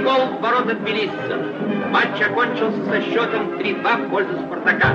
гол в ворота тбилисцев. Матч окончился со счетом 3-2 в пользу «Спартака».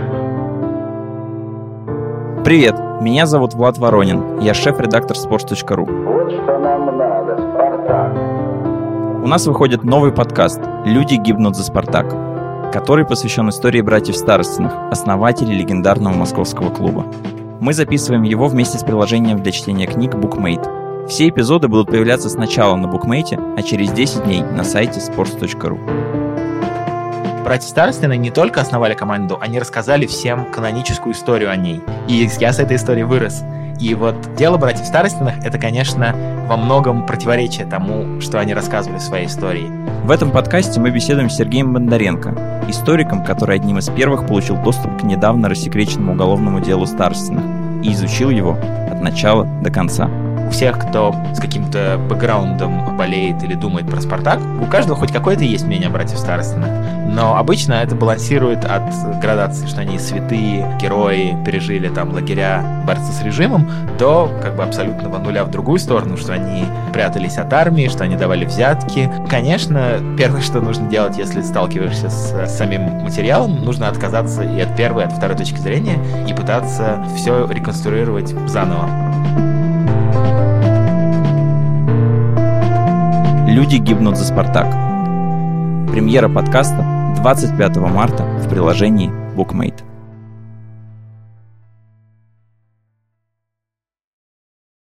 Привет, меня зовут Влад Воронин, я шеф-редактор sports.ru. Вот что нам надо, Спартак. У нас выходит новый подкаст «Люди гибнут за Спартак», который посвящен истории братьев Старостиных, основателей легендарного московского клуба. Мы записываем его вместе с приложением для чтения книг BookMate. Все эпизоды будут появляться сначала на BookMate, а через 10 дней на сайте sports.ru. Братья Старостины не только основали команду, они рассказали всем каноническую историю о ней. И я с этой историей вырос. И вот дело братьев Старостиных — это, конечно, во многом противоречие тому, что они рассказывали в своей истории. В этом подкасте мы беседуем с Сергеем Бондаренко, историком, который одним из первых получил доступ к недавно рассекреченному уголовному делу Старостиных и изучил его от начала до конца. У всех, кто с каким-то бэкграундом болеет или думает про «Спартак», у каждого хоть какое-то есть мнение о братьев Старостиных. Но обычно это балансирует от градации, что они святые, герои, пережили там лагеря, борцы с режимом, до как бы абсолютного нуля в другую сторону, что они прятались от армии, что они давали взятки. Конечно, первое, что нужно делать, если сталкиваешься с самим материалом, нужно отказаться и от первой, и от второй точки зрения и пытаться все реконструировать заново. «Люди гибнут за Спартак». Премьера подкаста 25 марта в приложении BookMate.